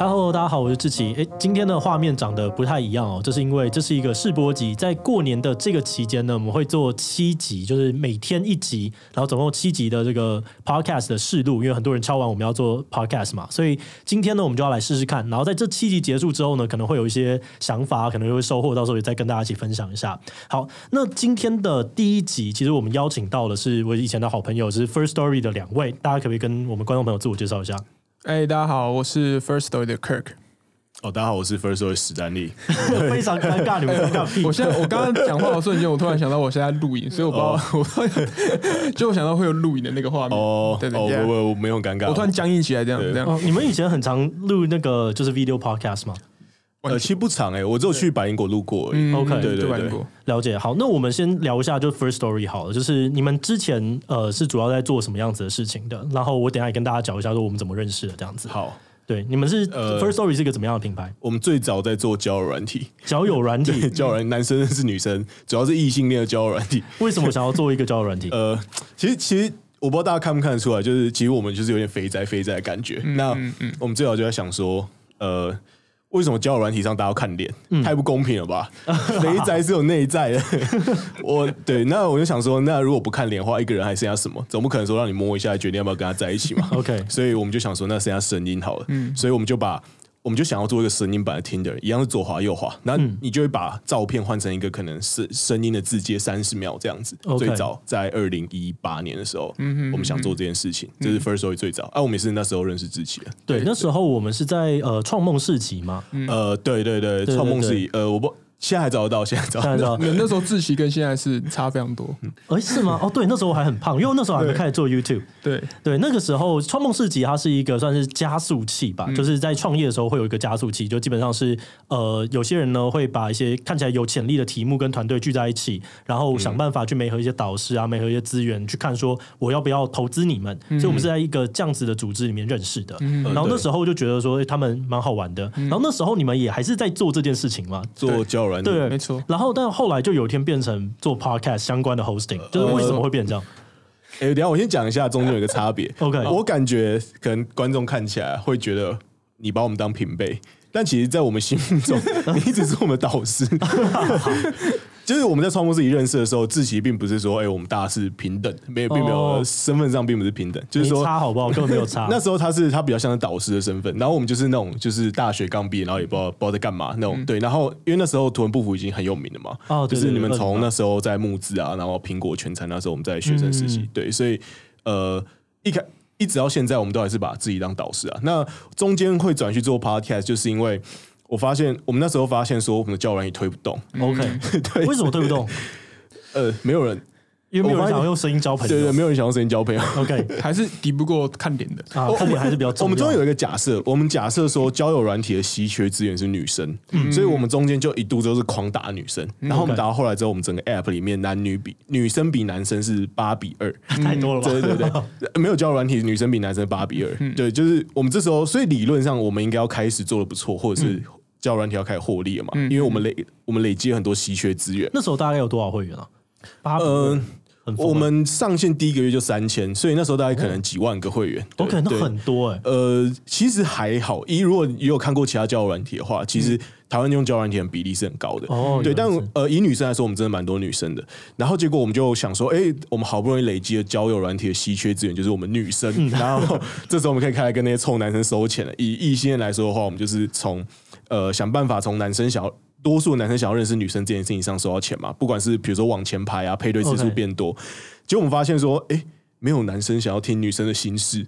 Hello， 大家好，我是志奇。今天的画面长得不太一样哦，这是因为这是一个试播集，在过年的这个期间呢，我们会做7集，就是每天1集，然后总共7集的这个 podcast 的试录，因为很多人敲完我们要做 podcast 嘛，所以今天呢，我们就要来试试看。然后在这7集结束之后呢，可能会有一些想法，可能会收获，到时候也再跟大家一起分享一下。好，那今天的第1集，其实我们邀请到的是我以前的好朋友，是 First Story 的2位，大家可不可以跟我们观众朋友自我介绍一下？ 大家好，我是 First Story 的 Kirk。 大家好，我是 First Story 史丹利。 非常尴尬，你们尴尬屁！ 我刚刚讲话的瞬间，我突然想到我现在录影，所以我不知道，就我想到会有录影的那个画面。 我没有尴尬， 我突然僵硬起来，这样。 你们以前很常录那个就是 video podcast 吗？ 其实不长我只有去百灵果录过而已。 OK， 对， 了解。好，那我们先聊一下就 First Story 好了，就是你们之前是主要在做什么样子的事情的？然后我等一下也跟大家讲一下说我们怎么认识的这样子。 好， 对，你们是First Story 是一个怎么样的品牌？ 我们最早在做交友软体， 交友软体， 交友软体，男生是女生，主要是异性恋的交友软体。 为什么想要做一个交友软体？ 其实我不知道大家看不看得出来，就是其实我们就是有点肥宅的感觉。那我们最早就在想说，为什么交友软体上大家要看脸？太不公平了吧？肥宅是有内在的。那我就想说，那如果不看脸的话，一个人还剩下什么？总不可能说让你摸一下，决定要不要跟他在一起嘛 ？OK， 所以我们就想说，那剩下声音好了。所以我们就想要做一个声音版的 Tinder， 一样是左滑右滑，那你就会把照片换成一个可能是声音的字节30秒这样子。最早在2018年的时候，我们想做这件事情，这是 First Story 最早。我们也是那时候认识志奇的。 对，那时候我们是在创梦市集嘛。 对，创梦市集。我不。现在还找得到， 那时候志奇跟现在是差非常多。 是吗？对，那时候我还很胖，因为那时候还没开始做 YouTube。对，那个时候创梦市集它是一个算是加速器吧，就是在创业的时候会有一个加速器，就基本上是有些人呢会把一些看起来有潜力的题目跟团队聚在一起，然后想办法去媒合一些导师啊，媒合一些资源，去看说我要不要投资你们。所以我们是在一个这样子的组织里面认识的。然后那时候就觉得说他们蛮好玩的。然后那时候你们也还是在做这件事情嘛， 做交友。 对， 没错。 然后，但后来就有一天变成做 podcast 相关的 hosting，就是为什么会变成这样？ 等一下我先讲一下中间有一个差别。 OK， 我感觉可能观众看起来会觉得你把我们当平辈，但其实，在我们心目中，你一直是我们的导师。就是我们在创梦市集认识的时候，志奇并不是说，我们大家是平等，并没有身份上并不是平等，就是说没差好不好？根本没有差。 那时候他比较像是导师的身份，然后我们就是那种就是大学刚毕业，然后也不知道在干嘛那种。对，然后因为那时候图文不符已经很有名了嘛，就是你们从那时候在募资啊，然后苹果全餐那时候我们在学生实习，对，所以一直到现在，我们都还是把自己当导师啊。那中间会转去做 podcast， 就是因为。我们那时候发现说，我们的交友软体推不动。 OK， 对，为什么推不动？ 没有人， 因为没有人想要用声音交朋友。 对，没有人想用声音交朋友。 OK， 还是敌不过看脸的看脸还是比较重要。 我们中间有一个假设，我们假设说交友软体的稀缺资源是女生，所以我们中间就一度都是狂打女生。然后我们打到后来之后，我们整个 app 里面女生比男生是8:2， 太多了吧？ 对，没有交友软体，女生比男生8:2。对，就是我们这时候，所以理论上我们应该要开始做的不错，或者是。交友软体要开始获利了嘛？因为我们累积了很多稀缺资源。 那时候大概有多少会员啊我们上线第1个月就3000，所以那时候大概可能几万个会员。 OK， 那很多其实还好。如果你有看过其他交友软体的话，其实台湾用交友软体的比例是很高的。对，但以女生来说，我们真的蛮多女生的。然后结果我们就想说，我们好不容易累积了交友软体的稀缺资源，就是我们女生。然后这时候我们可以开始跟那些臭男生收钱了。以异性恋来说的话，我们就是从想办法从多数的男生想要认识女生这件事情上收到钱嘛，不管是比如说往前排啊，配对次数变多，结果我们发现说，没有男生想要听女生的心事。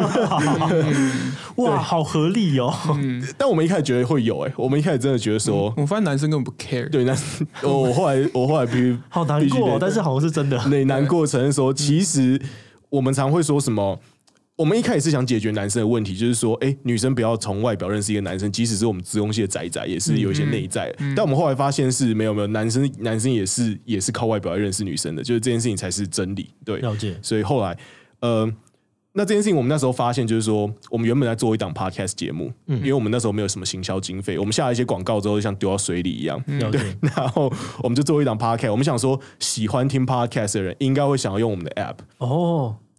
哇，好合理哦。 但我们一开始觉得会有，我们一开始真的觉得说， 我发现男生根本不 care。 对，我后来好难过，但是好像是真的。 对，难过承认说，其实我们常会说什么。我们一开始是想解决男生的问题，就是说，女生不要从外表认识一个男生，即使是我们资工系的宅宅，也是有一些内在。但我们后来发现是没有，男生也是靠外表来认识女生的，就是这件事情才是真理。对， 了解。 所以后来，那这件事情我们那时候发现，就是说，我们原本在做一档 podcast 节目，因为我们那时候没有什么行销经费，我们下了一些广告之后，像丢到水里一样。对，然后我们就做一档 podcast， 我们想说，喜欢听 podcast 的人应该会想要用我们的 app。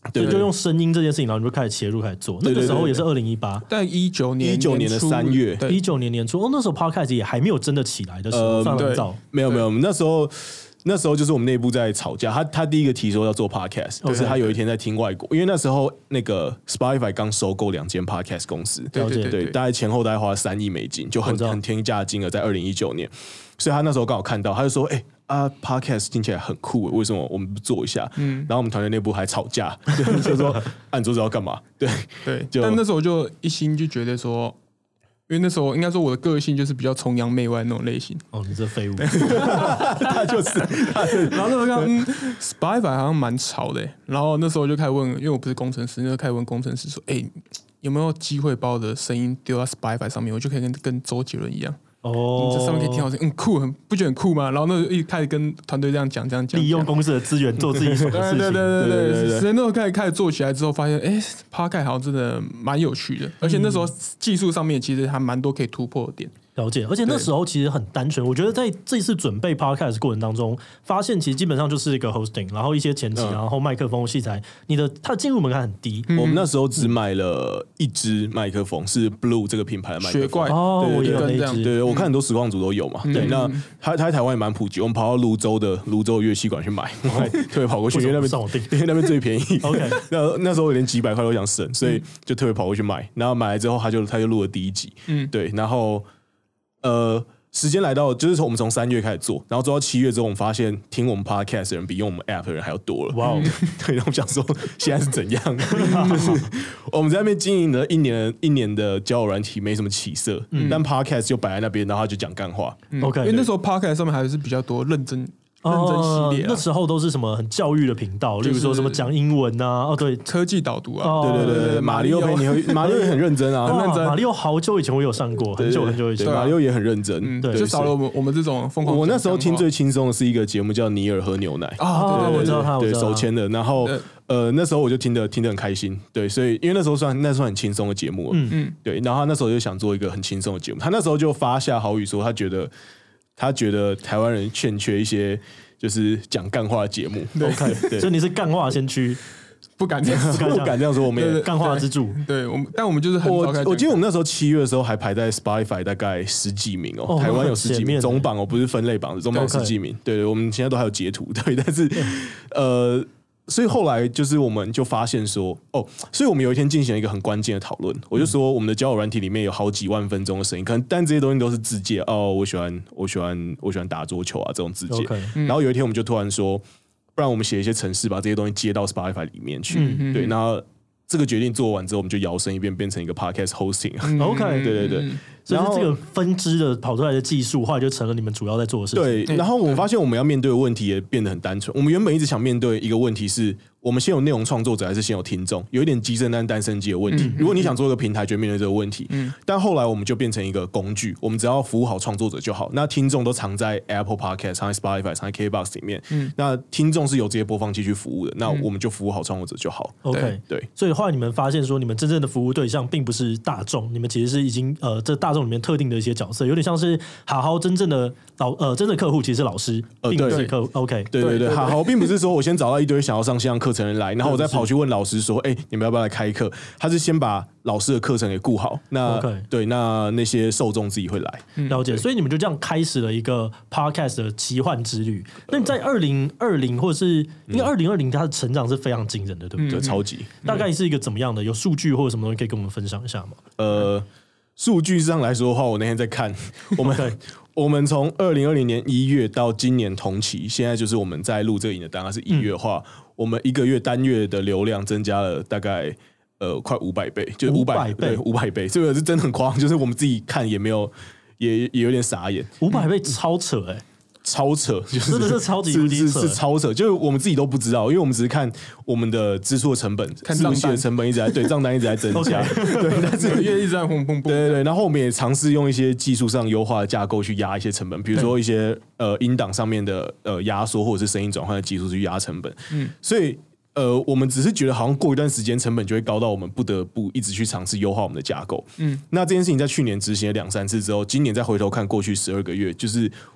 对，就用声音这件事情，然后你就开始切入开始做。那个时候也是2018， 在19年的3月 ，19年年初，那时候 podcast 也还没有真的起来的时候，算很早。 没有，我们那时候就是我们内部在吵架。他第一个提说要做 podcast， 就是他有一天在听外国，因为那时候那个 Spotify 刚收购2间 podcast 公司，对，大概前后大概花了3亿美金，就很天价的金额，在2019年。所以他那时候刚好看到，他就说：“podcast 听起来很酷，为什么我们不做一下？”然后我们团队内部还吵架，就说：“你做这要干嘛？”对， 但那时候就一心就觉得说，因为那时候应该说我的个性就是比较崇洋媚外那种类型。 哦，你这废物， 他就是。 然后那时候看Spotify 好像蛮潮的，然后那时候就开始问，因为我不是工程师，就开始问工程师说：“有没有机会把我的声音丢到 Spotify 上面，我就可以跟周杰伦一样？”这上面可以听到声音，酷，不觉得很酷吗？然后那时候一开始跟团队这样讲， 利用公司的资源做自己什么事情。 对。所以那时候开始做起来之后，发现Podcast 好像真的蛮有趣的，而且那时候技术上面其实还蛮多可以突破的点。 了解，而且那时候其实很单纯。我觉得在这一次准备 podcast 过程当中，发现其实基本上就是一个 hosting， 然后一些前期，然后麦克风器材，它的进入门槛很低。 我们那时候只买了1支麦克风，是 Blue 这个品牌的麦克风。 雪怪我也有那一支。 对，我看很多实况组都有嘛。对，那它在台湾也蛮普及。我们跑到泸州的乐器馆去买，特别跑过去，因为那边最便宜。 OK， 那时候有点几百块都想省，所以就特别跑过去买。然后买来之后，他就录了第1集。对，然后。时间来到，就是我们从3月开始做，然后做到7月之后，我们发现听我们 podcast 的人比用我们 app 的人还要多了。哇！对，然后我们想说现在是怎样？就是我们在那边经营了一年的交友软体，没什么起色，但 podcast 就摆在那边，然后他就讲干话。 OK， 因为那时候 podcast 上面还是比较多认真系列， 那时候都是什么很教育的频道，例如说什么讲英文啊，对， 科技导读啊， 对，马里奥陪你，马里奥也很认真啊， 很认真。马里奥好久以前我有上过，很久以前， 马里奥也很认真， 对，就少了我们这种疯狂。 我那时候听最轻松的是一个节目叫《尼尔喝牛奶》 啊，我知道他， 对，手牵的，然后那时候我就听得很开心，对，所以因为那时候算很轻松的节目，对，然后他那时候就想做一个很轻松的节目，他那时候就发下豪语说，他觉得台湾人欠缺一些就是讲干话的节目。 对，所以你是干话先驱， 不敢这样说，我们也干话之主。 对，但我们就是很早开始。 我记得我们那时候7月的时候还排在 Spotify 大概10几名哦，台湾有10几名总榜哦，不是分类榜，总榜10几名。对，我们现在都还有截图。对，但是所以后来就是我们就发现说，所以我们有一天进行了一个很关键的讨论。我就说我们的交友软体里面有好几万分钟的声音，可能但这些东西都是自介我喜欢打桌球啊这种自介。然后有一天我们就突然说，不然我们写一些程式把这些东西接到 Spotify 里面去。对，那这个决定做完之后，我们就摇身一变成一个 podcast hosting。OK， 对。 所以这个分支的跑出来的技术，后来就成了你们主要在做的事情。 对，然后我们发现我们要面对的问题也变得很单纯。我们原本一直想面对一个问题是，我们先有内容创作者还是先有听众，有一点鸡生蛋蛋生鸡的问题。如果你想做一个平台，就面对这个问题。但后来我们就变成一个工具，我们只要服务好创作者就好。那听众都藏在 Apple Podcast、藏在 Spotify、藏在 KBox 里面。那听众是由这些播放器去服务的，那我们就服务好创作者就好。 OK， 对。所以后来你们发现说，你们真正的服务对象并不是大众，你们其实是已经这大众里面特定的一些角色，有点像是好好真正的客户其实是老师，并不是客户。OK， 对，好好并不是说我先找到一堆想要上线上课程的人来，然后我再跑去问老师说，你们要不要来开课？他是先把老师的课程给顾好，那对，那些受众自己会来。 了解，所以你们就这样开始了一个 podcast 的奇幻之旅。那你在2020或者是因为2020它的成长是非常惊人的，对不对？ 超级。 大概是一个怎么样的？有数据或者什么东西可以跟我们分享一下吗？ 数据上来说的话，我那天在看，我们从2020年1月到今年同期，现在就是我们在录这个影的当然是1月的话，我们一个月单月的流量增加了大概快500倍，就是500倍，500倍，这个是真的很夸张，就是我们自己看也没有，也有点傻眼 ，500倍超扯超扯，就是真的是超级无敌扯， 是超扯，就是我们自己都不知道，因为我们只是看我们的支出的成本， 看账单的成本一直在账单一直在增加，对，但是月一直在砰砰砰， 对，然后我们也尝试用一些技术上优化的架构去压一些成本，比如说一些音档上面的压缩或者是声音转换的技术去压成本，所以。我们只是觉得好像过一段时间成本就会高到我们不得不一直去尝试优化我们的架构。那这件事情在去年执行了2-3次之后，今年再回头看过去12个月，就是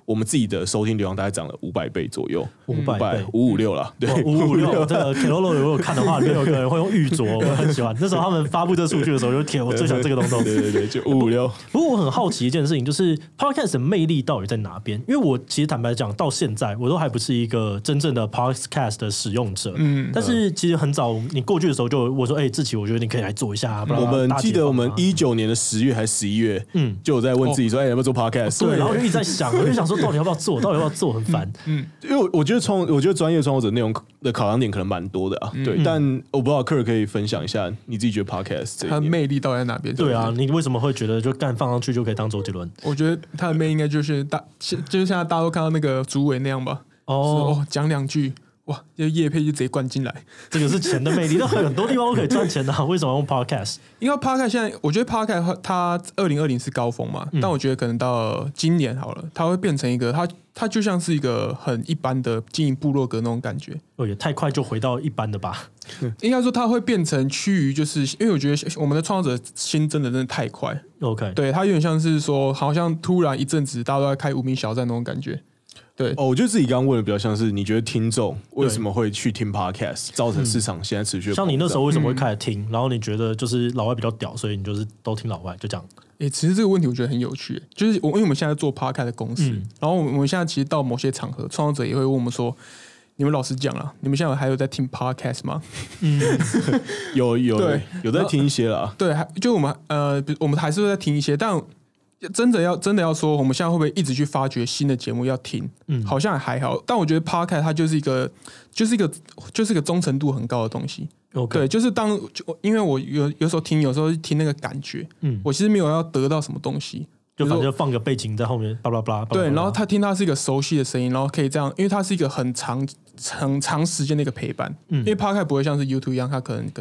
我们自己的收听流量大概涨了500倍左右，556啦，对 ，556。这个 Keroro 如果看的话，里面有个人会用玉镯，我很喜欢。那时候他们发布这数据的时候，就天，我最喜欢这个东东。 对，就556。 不过我很好奇一件事情，就是 Podcast 的魅力到底在哪边？因为我其实坦白讲，到现在我都还不是一个真正的 Podcast 的使用者。但是其实很早你过去的时候就我说，志奇，我觉得你可以来做一下。 我们记得我们19年的10月还是11月，就有在问自己说，要不要做 Podcast？ 对，然后就一直在想，我就想说，到底要不要做，很烦。 因为我觉得专业创作者内容的考量点可能蛮多的啊。对，但我不知道Kurt可以分享一下你自己觉得 Podcast 它的魅力到底在哪边？ 对啊，你为什么会觉得就放上去就可以当周杰伦？ 我觉得它的魅力应该就是现在大家都看到那个主委那样吧。讲2句。哇，业配就直接灌进来， 这个是钱的魅力。那很多地方都可以赚钱的，为什么用 Podcast？ 因为 Podcast 现在，我觉得 Podcast 它2020是高峰嘛，但我觉得可能到今年好了，它会变成一个它就像是一个很一般的经营部落格那种感觉。 也太快就回到一般的吧？ 应该说它会变成趋于，就是因为我觉得我们的创作者新增的真的太快。 OK， 对，它有点像是说，好像突然一阵子大家都在开无名小站那种感觉。对， 我觉得自己刚刚问的比较像是，你觉得听众为什么会去听 podcast， 造成市场现在持续的像你那时候为什么会开始听，然后你觉得就是老外比较屌，所以你就是都听老外，就这样。 其实这个问题我觉得很有趣，就是因为我们现在做 podcast 的公司，然后我们现在其实到某些场合，创作者也会问我们说，你们老实讲啦，你们现在还有在听 podcast 吗？有在听一些啦。 对，就我们还是会在听一些，但真的要说，我们现在会不会一直去发掘新的节目要听？好像还好。但我觉得 Podcast 它就是一个忠诚度很高的东西。对，就是因为我有时候听那个感觉，我其实没有要得到什么东西， 就反正放个背景在后面，巴拉巴拉。 对，然后听它是一个熟悉的声音，然后可以这样，因为它是一个很长时间的一个陪伴。因为 Podcast 不会像是 YouTube 一样，它可能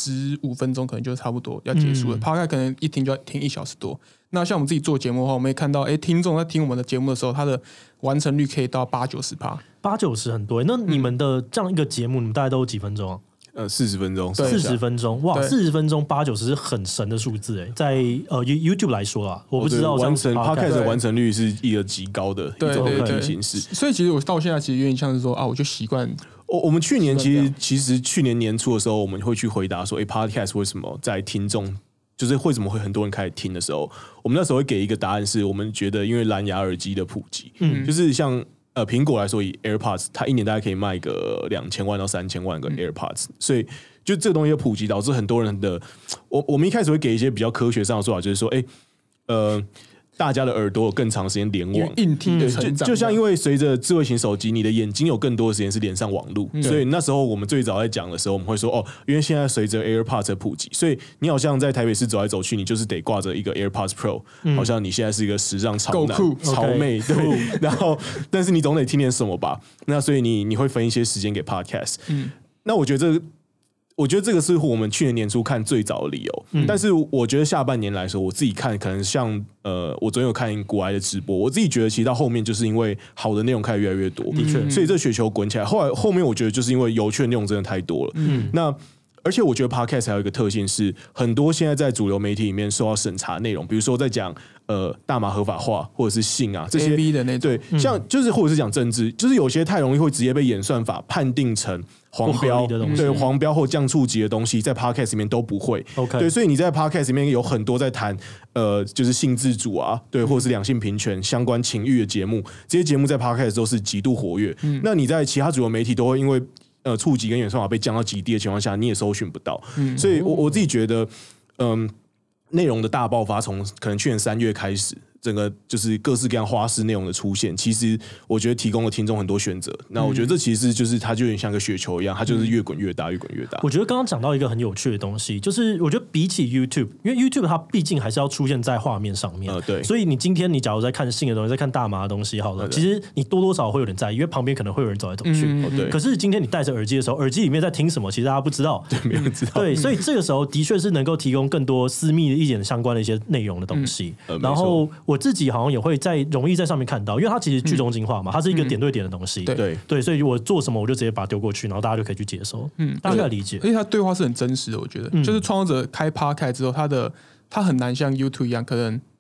15分钟可能就差不多要结束了。Podcast 可能一听就要听1小时多。那像我们自己做节目的话，我们也看到，听众在听我们的节目的时候，他的完成率可以到80-90%，80-90% 很多。那你们的这样一个节目，你们大概都有几分钟啊 ？40分钟 ，40分钟，哇，40分钟80-90是很神的数字哎，在YouTube 来说啊，我不知道完成 Podcast 的完成率是一个极高的一种媒体形式。 所以其实我到现在其实有点像是说我就习惯。 我们去年其实去年年初的时候，我们会去回答说，Podcast 为什么在听众就是为什么会很多人开始听的时候，我们那时候会给一个答案是，我们觉得因为蓝牙耳机的普及，就是像苹果来说，以 AirPods， 它一年大概可以卖个2000万到3000万个 AirPods，所以就这个东西的普及，导致很多人的，我们一开始会给一些比较科学上的说法，就是说，大家的耳朵有更长时间联网， 硬体的成长， 就像因为随着智慧型手机，你的眼睛有更多的时间是连上网路，所以那时候我们最早在讲的时候，我们会说因为现在随着 AirPods 的普及，所以你好像在台北市走来走去，你就是得挂着一个 AirPods Pro，好像你现在是一个时尚潮男、潮妹，对。然后，但是你总得听点什么吧？那所以你会分一些时间给 Podcast。那我觉得这个是我们去年年初看最早的理由，但是我觉得下半年来说，我自己看可能像我昨天有看古埃的直播，我自己觉得其实到后面就是因为好的内容开始越来越多，的确，所以这雪球滚起来。后面我觉得就是因为有趣的内容真的太多了，那而且我觉得 Podcast 还有一个特性是，很多现在在主流媒体里面受到审查内容，比如说在讲大麻合法化或者是性啊这些 AV 的那种， 对，像就是或者是讲政治，就是有些太容易会直接被演算法判定成黄标的东西，对，黄标或降触及的东西，在 Podcast 里面都不会。对，所以你在 Podcast 里面有很多在谈就是性自主啊，对，或者是两性平权相关情欲的节目，这些节目在 Podcast 都是极度活跃。那你在其他主流媒体都会因为触及跟演算法被降到极低的情况下，你也搜寻不到。所以我自己觉得，内容的大爆发从可能去年3月开始，整个就是各式各样花式内容的出现，其实我觉得提供了听众很多选择。那我觉得这其实就是它就有点像个雪球一样，它就是越滚越大，越滚越大。 我觉得刚刚讲到一个很有趣的东西，就是我觉得比起 YouTube， 因为 YouTube 它毕竟还是要出现在画面上面， 对， 所以你今天你假如在看性的东西，在看大麻的东西，好了，其实你多多少少会有点在意，因为旁边可能会有人走来走去。 对。 可是今天你戴着耳机的时候，耳机里面在听什么，其实大家不知道， 对，没人知道。 对，所以这个时候的确是能够提供更多私密的一点相关的一些内容的东西。然后我自己好像也会容易在上面看到，因为它其实去中心化嘛，它是一个点对点的东西。对，所以我做什么我就直接把它丢过去，然后大家就可以去接收。大家理解。 而且它对话是很真实的，我觉得，就是创作者开 Podcast 之后，他很难像 YouTube 一样，可能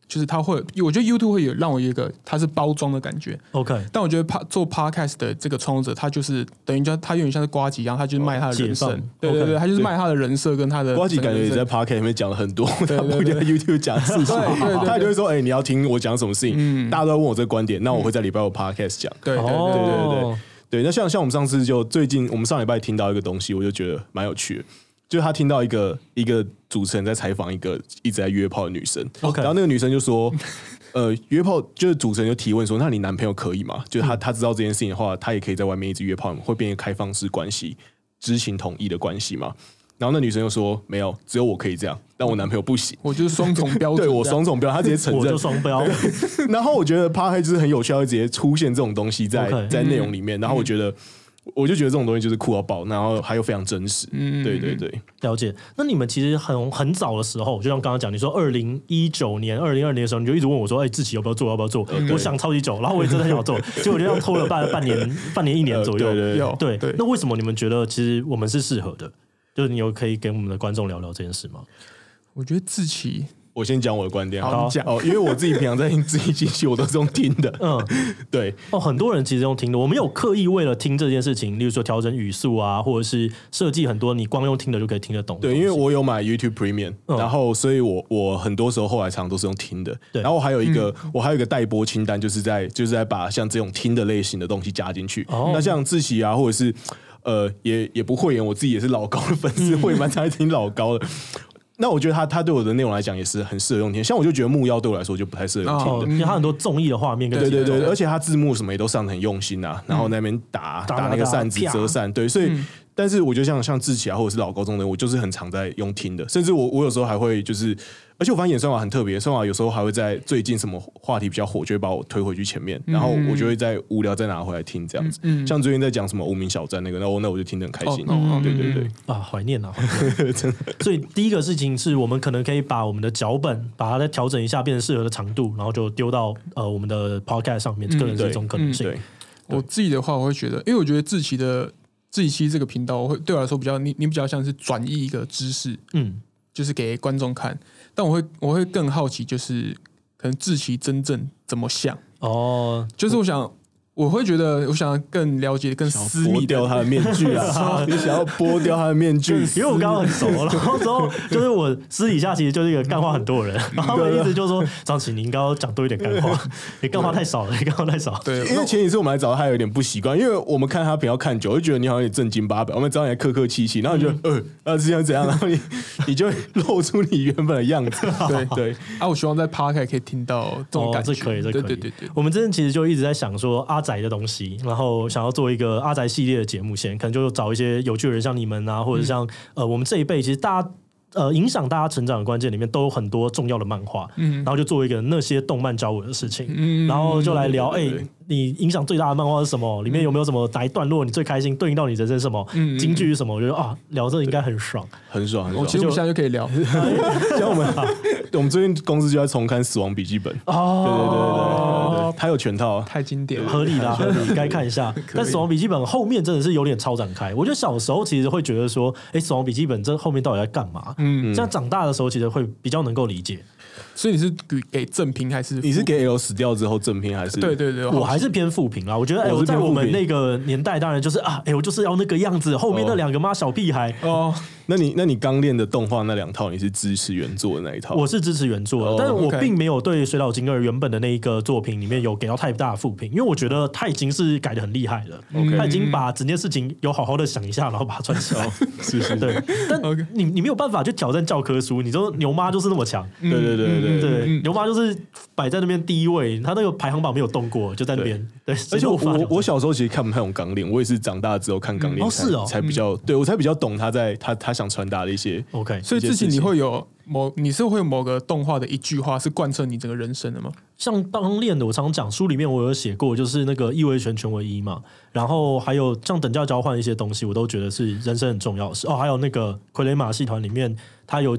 就是它会，我觉得 YouTube 会让我有一个它是包装的感觉。 OK， 但我觉得做 Podcast 的这个创作者，他就是等于他有点像是呱吉一样，他就是卖他的人设。对对对，他就是卖他的人设跟他的。 呱吉感觉也在 Podcast 里面讲了很多，他不一定在 YouTube 讲的事情。他就会说：“你要听我讲什么事情？”大家都在问我这个观点，那我会在礼拜五 Podcast 讲。 对对对对对对。那像我们上次最近我们上礼拜听到一个东西，我就觉得蛮有趣的。就是他听到一个主持人在采访一个一直在约炮的女生， okay. 然后那个女生就说，约炮就是主持人就提问说，那你男朋友可以吗？就是他知道这件事情的话，他也可以在外面一直约炮，会变成开放式关系、知情同意的关系吗？然后那女生就说没有，只有我可以这样，但我男朋友不行。 我就是双重标准， 对我双重标准，他直接承认， 我就双标。 然后我觉得 Podcast 就是很有效，会直接出现这种东西在内容里面，然后我就觉得这种东西就是酷到爆，然后还有非常真实。对对对， 了解。那你们其实很早的时候，就像刚刚讲，你说2019年、2020年的时候，你就一直问我说：“志祺要不要做？要不要做？”我想超级久，然后我也真的很想做，结果就这样拖了半年、1年左右。对，那为什么你们觉得其实我们是适合的？就是你有可以跟我们的观众聊聊这件事吗？ 我觉得志祺。 我先讲我的观点， 好讲因为我自己平常在听自己机器，我都是用听的。对。 很多人其实用听的，我们有刻意为了听这件事情，例如说调整语速啊，或者是设计很多你光用听的就可以听得懂。 对，因为我有买 YouTube Premium，然后所以我很多时候后来常都是用听的。然后我还有一个待播清单，就是在把像这种听的类型的东西加进去。那像志祺啊，或者是也不会演，我自己也是老高的粉丝，会蛮常听老高的。那我觉得他对我的内容来讲也是很适合用听，像我就觉得木曜对我来说就不太适合用听的， 因为他很多综艺的画面跟对，而且他字幕什么也都上得很用心啊，然后那边打那个扇子折扇，对，所以但是我觉得像志祺啊或者是老高中的，我就是很常在用听的，甚至我有时候还会就是，而且我发现演算法很特别，算法有时候还会在最近什么话题比较火，就会把我推回去前面，然后我就会在无聊再拿回来听这样子。像最近在讲什么无名小站那个，那我就听得很开心。对对对， 怀念啊！真的。所以第一个事情是我们可能可以把我们的脚本把它再调整一下，变成适合的长度，然后就丢到我们的 podcast 上面，这个人是一种可能性。 我自己的话，我会觉得，因为我觉得志祺这个频道，对我来说比较你比较像是转译一个知识，就是给观众看。但我会更好奇，就是可能志祺真正怎么想就是我会觉得，我想要更了解、更私密剥掉他的面具啊！你想要剥掉他的面具， 因为我刚刚很熟，然后之后就是我私底下其实就是一个干话很多的人，然后他们一直就说张琪，你应该要讲多一点干话，你干话太少了，你干话太少。 对，因为前几次我们来找他有点不习惯，因为我们看他频道看久，就觉得你好像有点正经八百，我们找你来客客气气，然后你就这样怎样，然后你就会露出你原本的样子。对我希望在 Podcast 可以听到这种感觉， 这可以， 对。 我们之前其实就一直在想说阿宅的东西，然后想要做一个阿宅系列的节目线，可能就找一些有趣的人，像你们啊，或者像我们这一辈，其实大家影响大家成长的关键里面都有很多重要的漫画，然后就做一个那些动漫教我的事情，然后就来聊，你影响最大的漫画是什么？里面有没有什么哪一段落你最开心，对应到你人生什么？金句是什么？我觉得聊这应该很爽， 很爽。 其实我们现在就可以聊， 像我们最近公司就在重看《死亡笔记本》对，它有全套， 太经典了， 合理啦，合理，该看一下。但《死亡笔记本》后面真的是有点超展开。我觉得小时候其实会觉得说，死亡笔记本这后面到底在干嘛？现在长大的时候其实会比较能够理解。 所以你是给正评还是你是给 L 死掉之后正评还是？ 对， 我还是偏负评啦。我觉得L 在我们那个年代，当然就是我就是要那个样子。后面那两个小屁孩那你刚练的动画那两套，你是支持原作的那一套？ 我是支持原作的，但是我并没有对水岛精二原本的那一个作品里面有给到太大的负评，因为我觉得他已经是改得很厉害了。他已经把整件事情有好好的想一下，然后把它串起来。 是对，但你没有办法去挑战教科书。你说牛妈就是那么强，对，牛妈就是摆在那边第一位，他那个排行榜没有动过，就在那边。对， 而且我小时候其实看不太懂钢炼，我也是长大之后看钢炼才比较对我才比较懂他想传达的一些。 OK， 所以之前你会有某个动画的一句话是贯彻你整个人生的吗？ 像钢炼的，我常常讲书里面我有写过，就是那个一为全，全为一嘛。然后还有像等价交换一些东西，我都觉得是人生很重要的事。还有那个傀儡马戏团里面，他有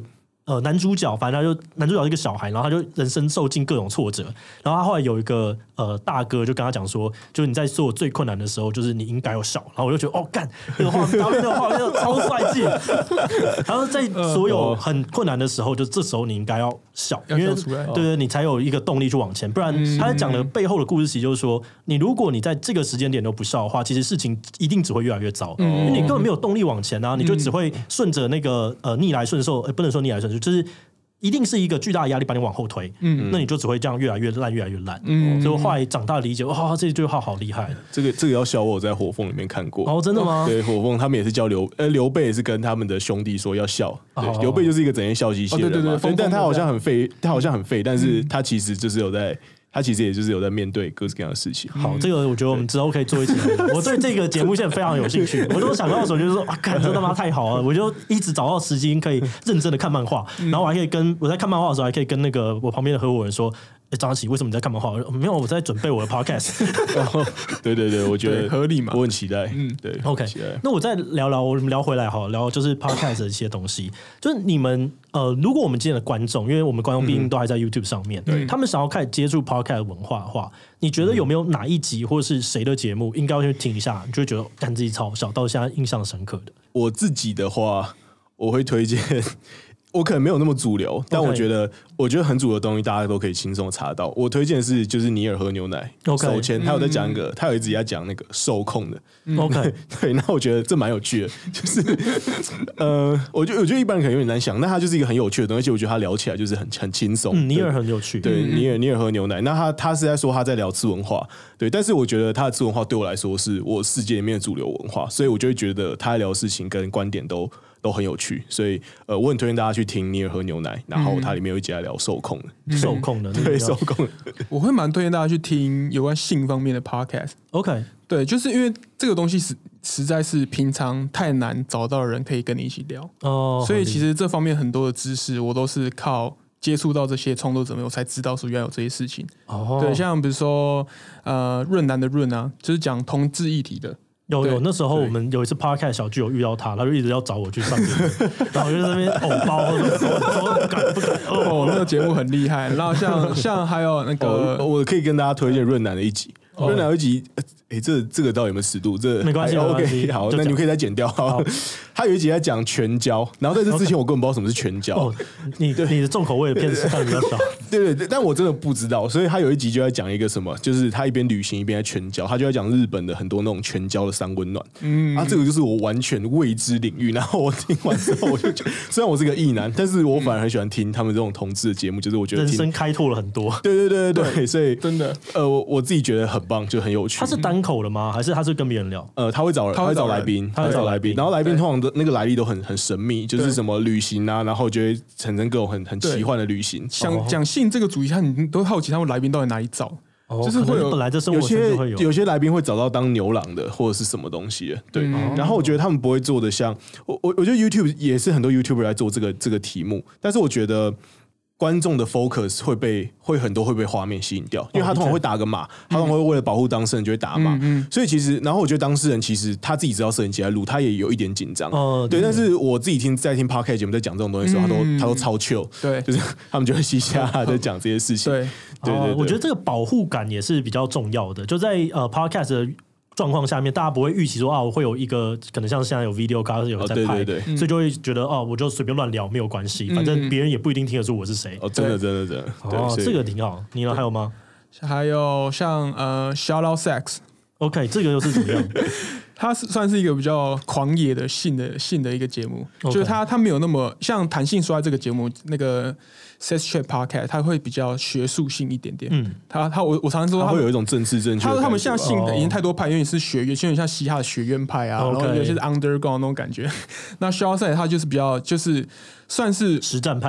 男主角，反正男主角是一个小孩，然后他就人生受尽各种挫折，然后他后来有一个大哥就跟他讲说，就是你在做最困难的时候，就是你应该要笑。然后我就觉得哦，干那个画面，那个画面超帅气。然后在所有很困难的时候，就这时候你应该要笑，因为对，你才有一个动力去往前。不然他在讲的背后的故事，其实就是说，如果你在这个时间点都不笑的话，其实事情一定只会越来越糟，因为你根本没有动力往前啊，你就只会顺着那个逆来顺受，不能说逆来顺受，就是一定是一个巨大的压力把你往后推，那你就只会这样越来越烂，越来越烂。所以我后来长大理解，哇，这句话好厉害。 这个要笑，我在火凤里面看过。 哦，真的吗？ 对，火凤他们也是叫刘备也是跟他们的兄弟说要笑。刘备就是一个整天笑嘻嘻的人嘛，但他好像很废，但是他其实就是有在。他其实也就是有在面对各式各样的事情。 好，这个我觉得我们之后可以做一集。我对这个节目现在非常有兴趣，我都想到的时候就是说，啊，干这他妈太好了！我就一直找到时间可以认真的看漫画，然后我还可以我在看漫画的时候，还可以跟那个我旁边的合伙人说。张嘉琪，为什么你在看漫画？没有，我在准备我的 podcast。 对，我觉得合理嘛， 我很期待。对 ，OK。那我再我们聊回来好了，聊就是 podcast 的一些东西。就是你们如果我们今天的观众，因为我们观众毕竟都还在 YouTube 上面，他们想要开始接触 podcast 文化的话，你觉得有没有哪一集或者是谁的节目应该要去听一下？你就会觉得干自己超好笑，到现在印象深刻的。 我自己的话，我会推荐。我可能没有那么主流，但我觉得很主流的东西，大家都可以轻松查到。我推荐的是就是尼尔喝牛奶，手牵他有在讲一个，他有一集在讲那个受控的。 OK， 对，那我觉得这蛮有趣的，就是我觉得一般人可能有点难想，但他就是一个很有趣的东西，而且我觉得他聊起来就是很轻松。 尼尔很有趣， 对，尼尔喝牛奶，那他是在说他在聊次文化，对，但是我觉得他的次文化对我来说是我世界里面的主流文化，所以我就会觉得他在聊的事情跟观点都很有趣，所以我很推荐大家去听尼尔喝牛奶，然后它里面有一集来聊受控的， 受控的， 对，受控的。 我会蛮推荐大家去听有关性方面的 podcast。OK， 对，就是因为这个东西实在是平常太难找到人可以跟你一起聊所以其实这方面很多的知识我都是靠接触到这些创作者们，我才知道说原来有这些事情。对，像比如说润南的润啊，就是讲同志议题的。 有，那时候我们有一次 podcast 小聚有遇到他，他就一直要找我去上节目，然后我就在那边偶包，说不敢那个节目很厉害。然后像还有那个， 我可以跟大家推荐润南的一集，润南有一集，这个到底有没有尺度？这没关系 ，OK， 好，那你们可以再剪掉。他有一集在讲全交，然后在这之前我根本不知道什么是全交。 你的重口味的片子看比较少。 对，但我真的不知道，所以他有一集就在讲一个什么，就是他一边旅行一边在全交，他就在讲日本的很多那种全交的三温暖。这个就是我完全未知领域。然后我听完之后，我就觉得，虽然我是个异男，但是我反而很喜欢听他们这种同志的节目，就是我觉得人生开拓了很多。 对，所以真的， 我自己觉得很棒，就很有趣。 他是单口的吗？还是他是跟别人聊？ 他会找来宾，然后来宾通常的那个来历都很神秘，就是什么旅行啊，然后就会产生各种很奇幻的旅行。 想讲性这个主题，你都好奇他们来宾到底哪里找？就是会有本来这生活圈就会有些来宾会找到当牛郎的或者是什么东西的，对。然后我觉得他们不会做的像我觉得 YouTube 也是很多 YouTuber 来做这个题目，但是我觉得观众的 focus 会很多会被画面吸引掉，因为他通常会打个码，他通常会为了保护当事人就会打码，所以其实，然后我觉得当事人其实他自己知道摄影机在录，他也有一点紧张，对。但是我自己在听 podcast 节目在讲这种东西的时候，他都超 chill， 对，就是他们就会嘻嘻哈哈在讲这些事情，对。 我觉得这个保护感也是比较重要的，就在podcast 的状况下面，大家不会预期说我会有一个可能像现在有 video cast 有人在拍，所以就会觉得我就随便乱聊没有关系，反正别人也不一定听得出我是谁。 真的， 这个挺好。你呢？还有吗？ 还有像Shout Out Sex。OK， 这个又是怎么样？ 它算是一个比较狂野的性的一个节目，就是它没有那么像谈性说爱这个节目那个 Sex Chat Podcast， 它会比较学术性一点点。我常常说它会有一种政治正确。 他们现在性已经太多派，因为是学院，有点像嘻哈的学院派啊，然后有些是 underground 那种感觉。那 Shout Out 它就是比较就是算是实战派的。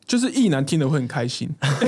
就是异男听了会很开心，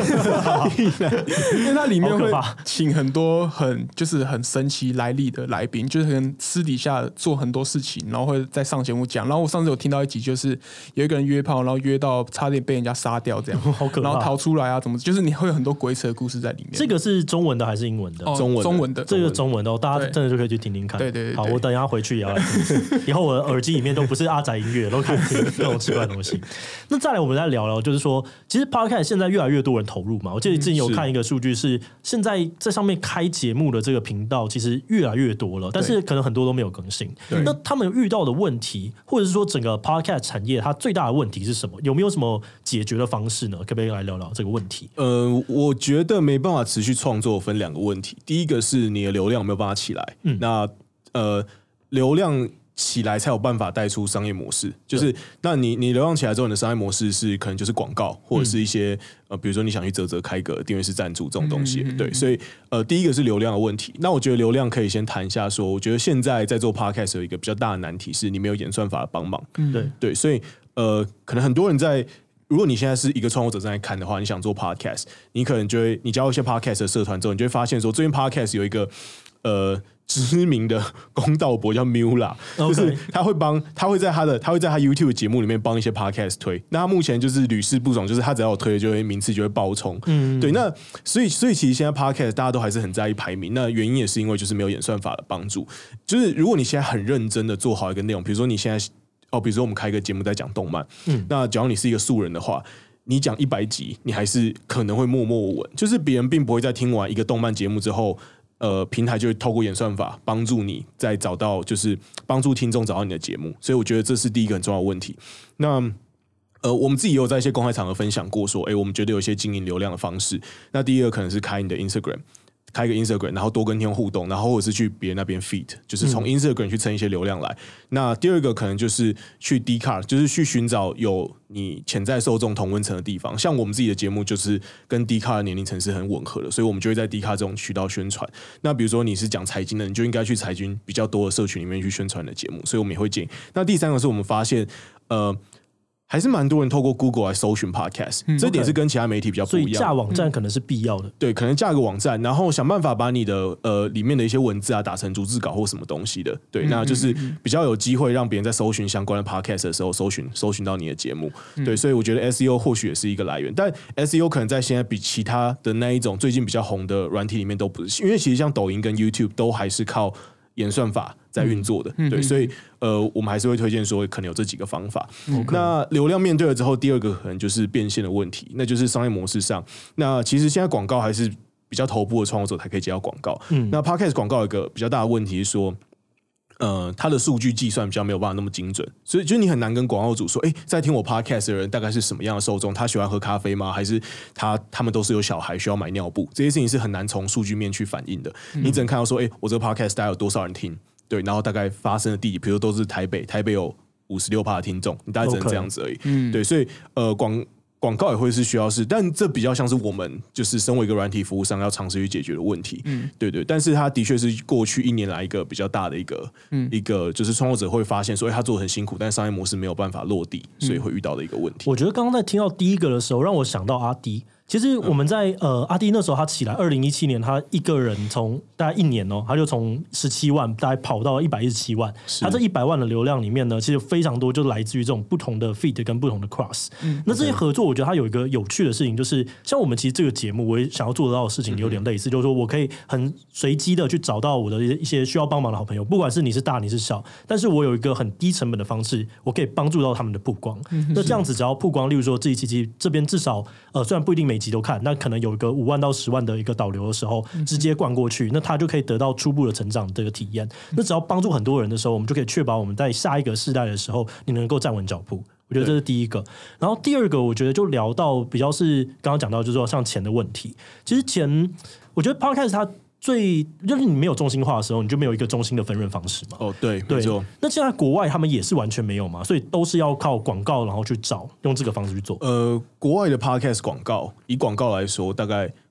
因为它里面会请很多就是很神奇来历的来宾，就是可能私底下做很多事情，然后会在上节目讲。然后我上次有听到一集，就是有一个人约炮，然后约到差点被人家杀掉这样， 好可怕， 然后逃出来啊，怎么就是你会有很多鬼扯的故事在里面。 这个是中文的还是英文的？ 中文的， 这个中文的，大家真的就可以去听听看。 对， 好，我等一下回去也要来听。以后我的耳机里面都不是阿宅音乐，都开始听各种奇怪的东西。那再来，我们再聊聊，就是说，其实 Podcast 现在越来越多人投入嘛。我记得之前有看一个数据是，现在在上面开节目的这个频道其实越来越多了，但是可能很多都没有更新。那他们遇到的问题，或者是说整个 Podcast 产业它最大的问题是什么？有没有什么解决的方式呢？可不可以来聊聊这个问题？ 我觉得没办法持续创作分2个问题。第一个是你的流量没有办法起来，那流量起来才有办法带出商业模式，就是那你流量起来之后，你的商业模式是可能就是广告，或者是一些比如说你想去嘖开个订阅式赞助这种东西，对，所以第一个是流量的问题。那我觉得流量可以先谈一下说，我觉得现在在做 podcast 有一个比较大的难题是你没有演算法的帮忙，对，所以可能很多人在。如果你现在是一个创作者正在看的话，你想做 podcast， 你可能就会你加入一些 podcast 的社团之后，你就会发现说，最近 podcast 有一个知名的公道伯叫 Mula， 就是他会在他 YouTube 节目里面帮一些 podcast 推。那他目前就是屡试不爽，就是他只要有推的就会名次就会爆冲。对，那所以其实现在 podcast 大家都还是很在意排名，那原因也是因为就是没有演算法的帮助。就是如果你现在很认真的做好一个内容，比如说你现在比如说我们开一个节目在讲动漫，那假如你是一个素人的话，你讲100集，你还是可能会默默无闻，就是别人并不会在听完一个动漫节目之后，平台就会透过演算法帮助你再找到，就是帮助听众找到你的节目，所以我觉得这是第一个很重要的问题。那我们自己也有在一些公开场合分享过说，我们觉得有一些经营流量的方式。那第一个可能是开你的 Instagram。开一个 Instagram， 然后多跟听众互动，然后或者是去别人那边 feed， 就是从 Instagram 去蹭一些流量来。那第二个可能就是去 Dcard， 就是去寻找有你潜在受众同温层的地方。像我们自己的节目就是跟 Dcard 的年龄层是很吻合的，所以我们就会在 Dcard 这种渠道宣传。那比如说你是讲财经的，你就应该去财经比较多的社群里面去宣传你的节目，所以我们也会建议。那第三个是我们发现，还是蛮多人透过 Google 来搜寻 podcast，这点是跟其他媒体比较不一样。 所以架网站可能是必要的， 对，可能架个网站，然后想办法把你的里面的一些文字啊打成逐字稿或什么东西的，对，那就是比较有机会让别人在搜寻相关的 podcast 的时候搜寻到你的节目，对，所以我觉得 SEO 或许也是一个来源，但 SEO 可能在现在比其他的那一种最近比较红的软体里面都不是，因为其实像抖音跟 YouTube 都还是靠演算法在运作的，对，所以我们还是会推荐说可能有这几个方法。那流量面对了之后，第二个可能就是变现的问题，那就是商业模式上。那其实现在广告还是比较头部的创作者才可以接到广告。那 Podcast 广告有一个比较大的问题是说，它的数据计算比较没有办法那么精准，所以就是你很难跟广告主说，在听我 podcast 的人大概是什么样的受众？他喜欢喝咖啡吗？还是他们都是有小孩需要买尿布？这些事情是很难从数据面去反映的。你只能看到说，我这个 podcast 大概有多少人听，对，然后大概发生的地点，比如说都是台北有56%的听众，你大概只能这样子而已。对，所以广告也会是需要但这比较像是我们就是身为一个软体服务商要尝试去解决的问题。对，但是它的确是过去1年来一个比较大的一个就是创作者会发现说，他做得很辛苦，但商业模式没有办法落地，所以会遇到的一个问题。 我觉得刚刚在听到第一个的时候，让我想到阿滴。其实我们在阿滴那时候他起来，2017年他一个人从大概1年他就从17万大概跑到117万。他这100万的流量里面呢，其实非常多就来自于这种不同的 feed 跟不同的 cross。那这些合作，我觉得它有一个有趣的事情，就是像我们其实这个节目，我也想要做得到的事情有点类似，就是说我可以很随机的去找到我的一些需要帮忙的好朋友，不管是你是大你是小，但是我有一个很低成本的方式，我可以帮助到他们的曝光。那这样子只要曝光，例如说这一期这边至少虽然不一定每集都看，那可能有一个5万到10万的一个导流的时候，直接灌过去，那他就可以得到初步的成长这个体验。那只要帮助很多人的时候，我们就可以确保我们在下一个世代的时候，你能够站稳脚步。我觉得这是第一个。然后第二个，我觉得就聊到比较是刚刚讲到，就是说像钱的问题。其实钱，我觉得 Podcast 它就是你没有中心化的时候，你就没有一个中心的分润方式嘛。 对，没错。 那现在国外他们也是完全没有嘛，所以都是要靠广告，然后去找用这个方式去做。 国外的 podcast 广告，以广告来说，大概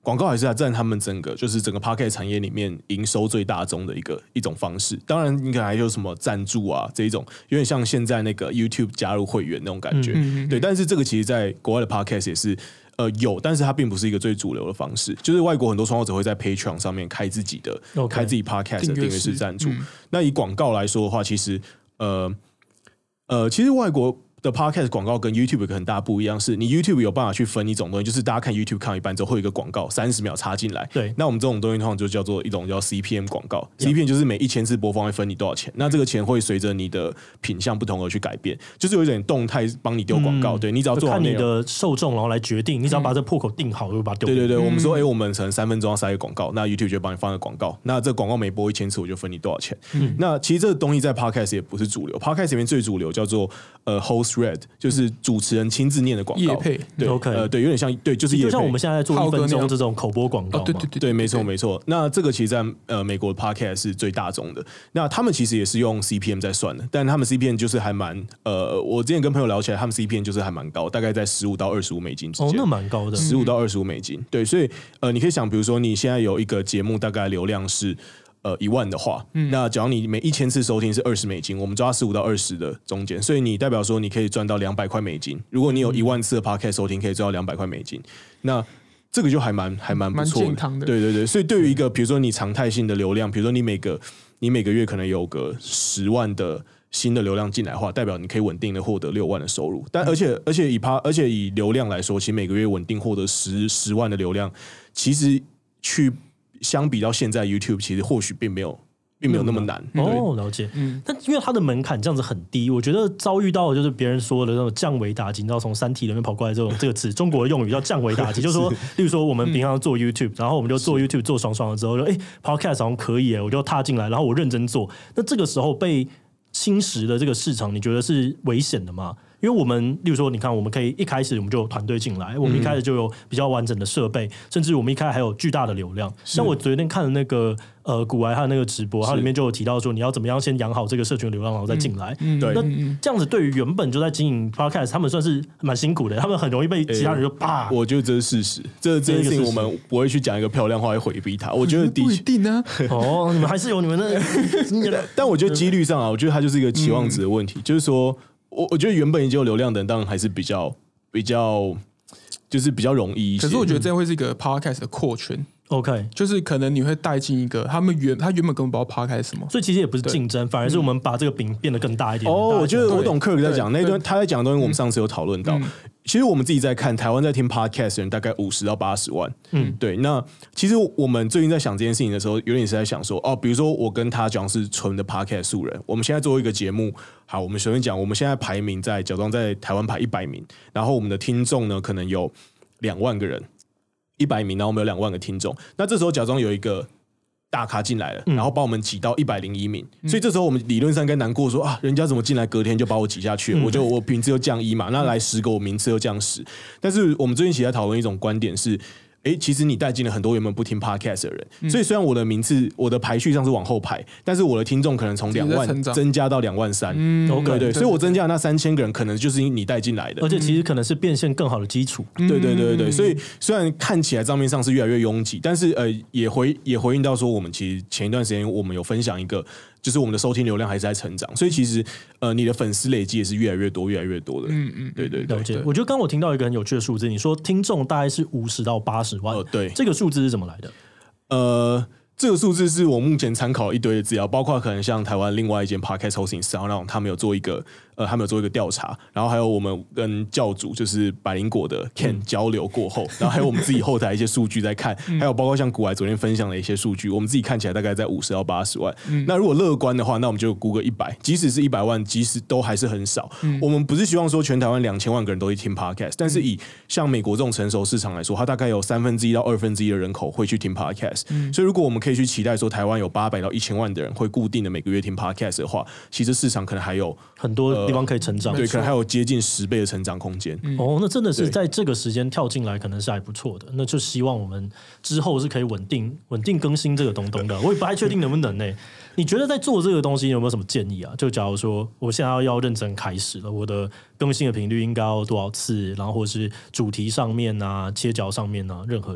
广告还是占他们整个 podcast 产业里面营收最大宗的一种方式。当然，你可能还有什么赞助啊这一种，有点像现在那个 YouTube 加入会员那种感觉。对，但是这个其实在国外的 podcast 也是有，但是它并不是一个最主流的方式。就是外国很多创作者会在 Patreon 上面开自己 podcast 的订阅式赞助。那以广告来说的话，其实其实外国的 podcast 广告跟 YouTube 有个很大不一样，是你 YouTube 有办法去分一种东西，就是大家看 YouTube 看一半之后会有一个广告30秒插进来。 对， 那我们这种东西通常就叫做一种叫 CPM 广告。CPM 就是每1000次播放会分你多少钱，那这个钱会随着你的品项不同而去改变，就是有一点动态帮你丢广告。对，你只要做好看你的受众，然后来决定，你只要把这破口定好，就把它丢。 对，我们说，我们可能3分钟要塞一个广告，那 YouTube 就帮你放个广告，那这个广告每播1000次，我就分你多少钱。那其实这个东西在 Podcast 也不是主流 ，Podcast 里面最主流叫做host read， 就是主持人亲自念的广告。 业配， 对 ，OK， 对，有点像，对，就是就像我们现在在做1分钟这种口播广告嘛。 对，没错。那这个其实在美国的 Podcast 是最大宗的。那他们其实也是用 CPM 在算的，但他们 CPM 就是还蛮我之前跟朋友聊起来，他们 CPM 就是还蛮高，大概在$15到$25之间。 那蛮高的 ，$15到$25。对，所以你可以想，比如说你现在有一个节目，大概流量是1万的话，那假如你每1000次收听是$20，我们抓15到20的中间，所以你代表说你可以赚到$200。如果你有1万次的 podcast 收听，可以赚到$200，那这个就还蛮不错的。对，所以对于一个比如说你常态性的流量，比如说你每个月可能有个10万的新的流量进来的话，代表你可以稳定的获得6万的收入。但而且以流量来说，其实每个月稳定获得10万的流量，其实相比到现在 YouTube， 其实或许并没有那么难。 了解。但因为它的门槛这样子很低，我觉得遭遇到的就是别人说的那种降维打击，你知道从3体里面跑过来这个词，中国的用语叫降维打击，就是说，例如说我们平常做 YouTube， 然后我们就做 YouTube 做爽了之后，就Podcast 好像可以我就踏进来，然后我认真做。那这个时候被侵蚀的这个市场，你觉得是危险的吗？因为我们，例如说，你看，我们可以一开始我们就有团队进来，我们一开始就有比较完整的设备，甚至我们一开始还有巨大的流量。像我昨天看的那个古癌他的那个直播，它里面就有提到说，你要怎么样先养好这个社群流量，然后再进来。 对， 那这样子对于原本就在经营 Podcast， 他们算是蛮辛苦的，他们很容易被其他人就啪。 我觉得这是事实，这件事情我们不会去讲一个漂亮话来回避它。我觉得不一定啊。 你们还是有你们的， 但我觉得几率上我觉得它就是一个期望值的问题，就是说。我觉得原本已经有流量的人，当然还是比较就是比较容易一些。 可是我觉得这会是一个 podcast 的扩圈。 OK， 就是可能你会带进一个他原本根本不知道 podcast 什么， 所以其实也不是竞争，反而是我们把这个饼变得更大一点。 我觉得我懂 Kirk 在讲那段，他在讲的东西，我们上次有讨论到。其实我们自己在看台湾在听 podcast 的人大概50到80万。对。那其实我们最近在想这件事情的时候，有点是在想说，比如说我跟他讲是纯的 podcast 素人，我们现在做一个节目，好，我们首先讲，我们现在排名假装在台湾排100名，然后我们的听众呢可能有2万个人。100名，然后我们有2万个听众。那这时候假装有一个大咖进来了，然后把我们挤到101名，所以这时候我们理论上应该难过说人家怎么进来隔天就把我挤下去了，我名次又降1嘛，那来10个我名次又降10。但是我们最近一起在讨论一种观点是。其实你带进了很多原本不听 podcast 的人，所以虽然我的名次、我的排序上是往后排，但是我的听众可能从2万增加到2万3。对，所以我增加的那3000个人，可能就是你带进来的， 而且其实可能是变现更好的基础。 对，所以虽然看起来账面上是越来越拥挤，但是也回应到说，我们其实前一段时间我们有分享一个。就是我们的收听流量还是在成长，所以其实你的粉丝累积也是越来越多的。对， 了解。我觉得刚我听到一个很有趣的数字，你说听众大概是50到80万。 对， 这个数字是怎么来的？ 这个数字是我目前参考一堆的资料，包括可能像台湾另外一间 podcast hosting SoundOn，他们有做一个调查，然后还有我们跟教主就是百灵果的 Ken 交流过后，然后还有我们自己后台一些数据在看，还有包括像古癌昨天分享的一些数据，我们自己看起来大概在50到80万。那如果乐观的话，那我们就估个100，即使是100万，即使都还是很少。我们不是希望说全台湾2000万个人都会听 podcast， 但是以像美国这种成熟市场来说，它大概有1/3到1/2的人口会去听 podcast，所以如果我们可以去期待说台湾有800到1000万的人会固定的每个月听 podcast 的话，其实市场可能还有很多地方可以成长， 对，可能还有接近10倍的成长空间。 那真的是在这个时间跳进来，可能是还不错的。那就希望我们之后是可以稳定更新这个东的。我也不太确定能不能呢。你觉得在做这个东西有没有什么建议啊？就假如说我现在要认真开始了，我的更新的频率应该要多少次，然后或是主题上面啊、切角上面啊，任何的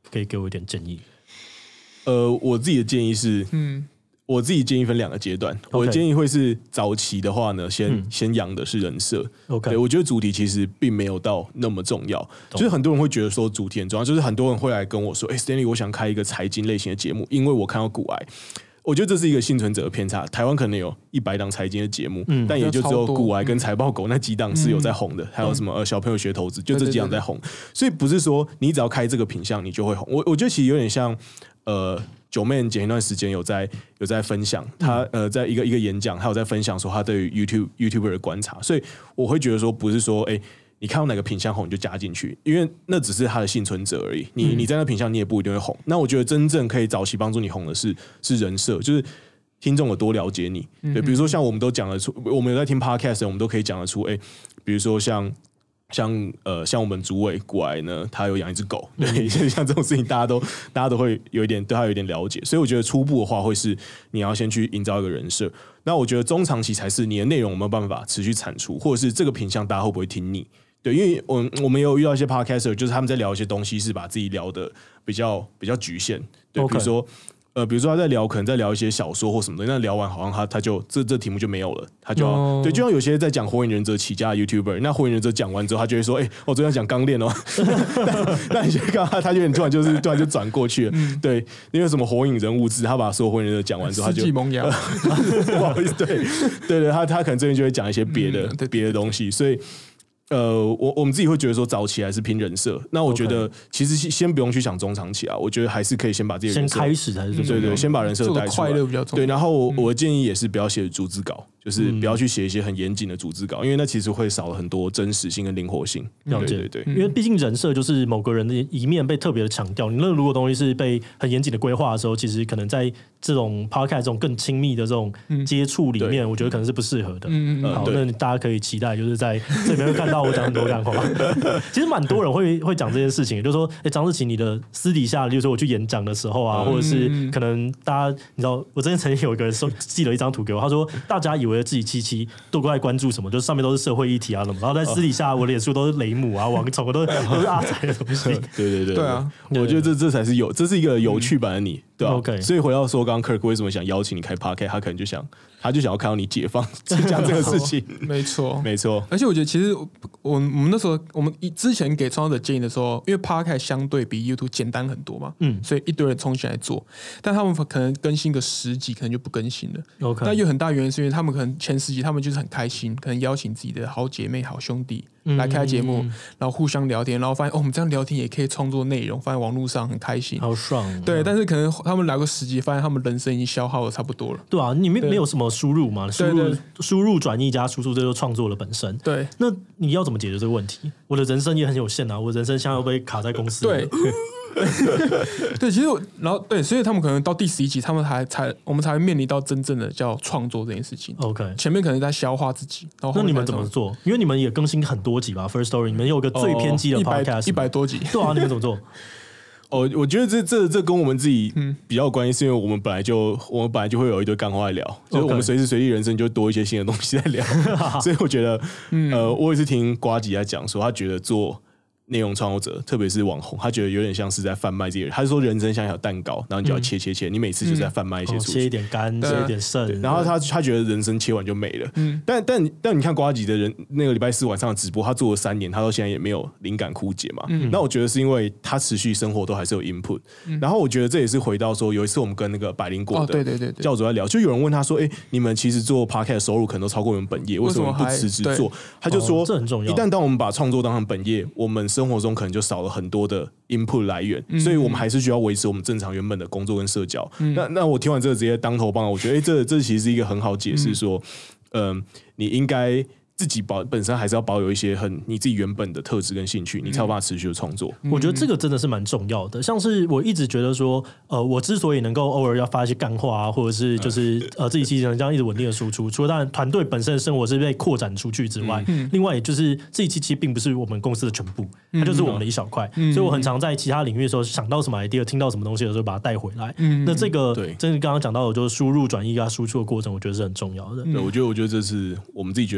可以给我一点建议？ 我自己的建议是，我自己建议分2个阶段。我的建议会是早期的话呢，先养的是人设。对，我觉得主题其实并没有到那么重要。就是很多人会觉得说主题很重要，就是很多人会来跟我说，Stanley， 我想开一个财经类型的节目，因为我看到股癌。我觉得这是一个幸存者的偏差。台湾可能有100档财经的节目，但也就只有股癌跟财报狗那几档是有在红的，还有什么小朋友学投资，就这几档在红。所以不是说你只要开这个品项你就会红。我觉得其实有点像Joeman前一段时间有在分享，他在一个演讲，他有在分享说他对于 YouTuber 的观察。所以我会觉得说，不是说你看到哪个品项红你就加进去，因为那只是他的幸存者而已。你在那品项你也不一定会红。那我觉得真正可以早期帮助你红的是人设，就是听众有多了解你。对，比如说像我们都讲得出，我们有在听 podcast， 我们都可以讲得出，比如说像我们主委股癌呢，他有养一只狗，对，像这种事情大家都会有一点对他有一点了解。所以我觉得初步的话会是你要先去营造一个人设。那我觉得中长期才是你的内容有没有办法持续产出，或者是这个品项大家会不会听腻。对，因为我们有遇到一些 podcaster， 就是他们在聊一些东西，是把自己聊的比较局限。对，比如说他在聊，可能在聊一些小说或什么的，那聊完好像他就这题目就没有了，他就要对，就像有些在讲火影忍者起家的 YouTuber， 那火影忍者讲完之后，他就会说，我昨天讲钢炼哦，那你就看他有点突然就转过去了，对，因为什么火影人物志，他把所有火影忍者讲完之后，他就四季萌芽， 不好意思，对，他可能这边就会讲一些别的东西，所以。我们自己会觉得说早期还是拼人设，那我觉得其实先不用去想中长期啊，我觉得还是可以先把这些人设先开始才是最重要的， 对，先把人设带出来， 快乐比较重要。 对，然后我的建议也是不要写逐字稿，就是不要去写一些很严谨的逐字稿，因为那其实会少了很多真实性跟灵活性。对， 因为毕竟人设就是某个人的一面被特別的强调，你那如果东西是被很严谨的规划的时候，其实可能在这种 podcast 这种更亲密的这种接触里面，我觉得可能是不适合的。好，那大家可以期待，就是在这里面会看到我讲很多干话。其实蛮多人会讲这件事情，就是说，张志奇，你的私底下，例如说我去演讲的时候啊，或者是可能大家你知道，我之前曾经有一个人寄了一张图给我，他说大家以为自己77都在关注什么，就是上面都是社会议题啊什么，然后在私底下我脸书都是雷姆啊、王宠都是阿仔的东西。 对啊，我觉得这才是这是一个有趣版的你。对啊 ，OK。 所以回到说，刚刚 Kirk 为什么想邀请你开 podcast， 他可能就想要看到你解放，讲这个事情。 没错。 而且我觉得其实我们那时候我们之前给创作者建议的时候，因为 podcast 相对比 YouTube 简单很多嘛，所以一堆人冲进来做，但他们可能更新个10集，可能就不更新了。 OK。 那有很大原因是因为他们可能前10集他们就是很开心，可能邀请自己的好姐妹、好兄弟来开节目，然后互相聊天，然后发现我们这样聊天也可以创作内容，放在网络上很开心， 好爽。 对，但是可能他们来个10集，发现他们人生已经消耗的差不多了。 对啊，你没有什么输入嘛？输入转译加输出，这就是创作的本身。 对， 那你要怎么解决这个问题？我的人生也很有限啊，我人生现在又被卡在公司。 对。对，其实然后对，所以他们可能到第11集，他们我们才会面临到真正的叫创作这件事情。 OK， 前面可能在消化自己，然后那你们怎么做？因为你们也更新很多集吧 ，First Story， 你们有个最偏激的 podcast， 100多集。 对啊，你们怎么做？ 我觉得这跟我们自己比较有关系，是因为我们本来就会有一堆干话在聊，就是我们随时随地人生就多一些新的东西在聊，所以我觉得我也是听呱吉在讲说，他觉得做内容创作者，特别是网红，他觉得有点像是在贩卖这个人。他是说人生像一条蛋糕，然后你就要切，你每次就在贩卖一些出去， 切一点肝，切一点肾， 然后他觉得人生切完就没了。但你看呱吉的人那个礼拜4晚上的直播，他做了3年，他到现在也没有灵感枯竭嘛。那我觉得是因为他持续生活都还是有 input。然后我觉得这也是回到说，有一次我们跟那个百灵果的教主在聊，就有人问他说：“你们其实做 podcast 收入可能都超过你们本业，为什么不辞职做？”他就说：“ 这很重要。 一旦当我们把创作当成本业，我们生活中可能就少了很多的 input 来源，所以我们还是需要维持我们正常原本的工作跟社交。那我听完这个直接当头棒，我觉得这其实是一个很好解释说，你应该自己本身还是要保有一些你自己原本的特质跟兴趣，你才有办法持续的创作。 我觉得这个真的是蛮重要的。像是我一直觉得说，我之所以能够偶尔要发一些干话啊，或者是就是自己其实能这样一直稳定的输出，除了当然团队本身的生活是被扩展出去之外，另外也就是自己其实并不是我们公司的全部，它就是我们的一小块。所以我很常在其他领域的时候想到什么 idea， 听到什么东西的时候把它带回来。那这个真的刚刚讲到的就是输入转译跟输出的过程，我觉得是很重要的。 对，我觉得这是我们自己觉得蛮重要的。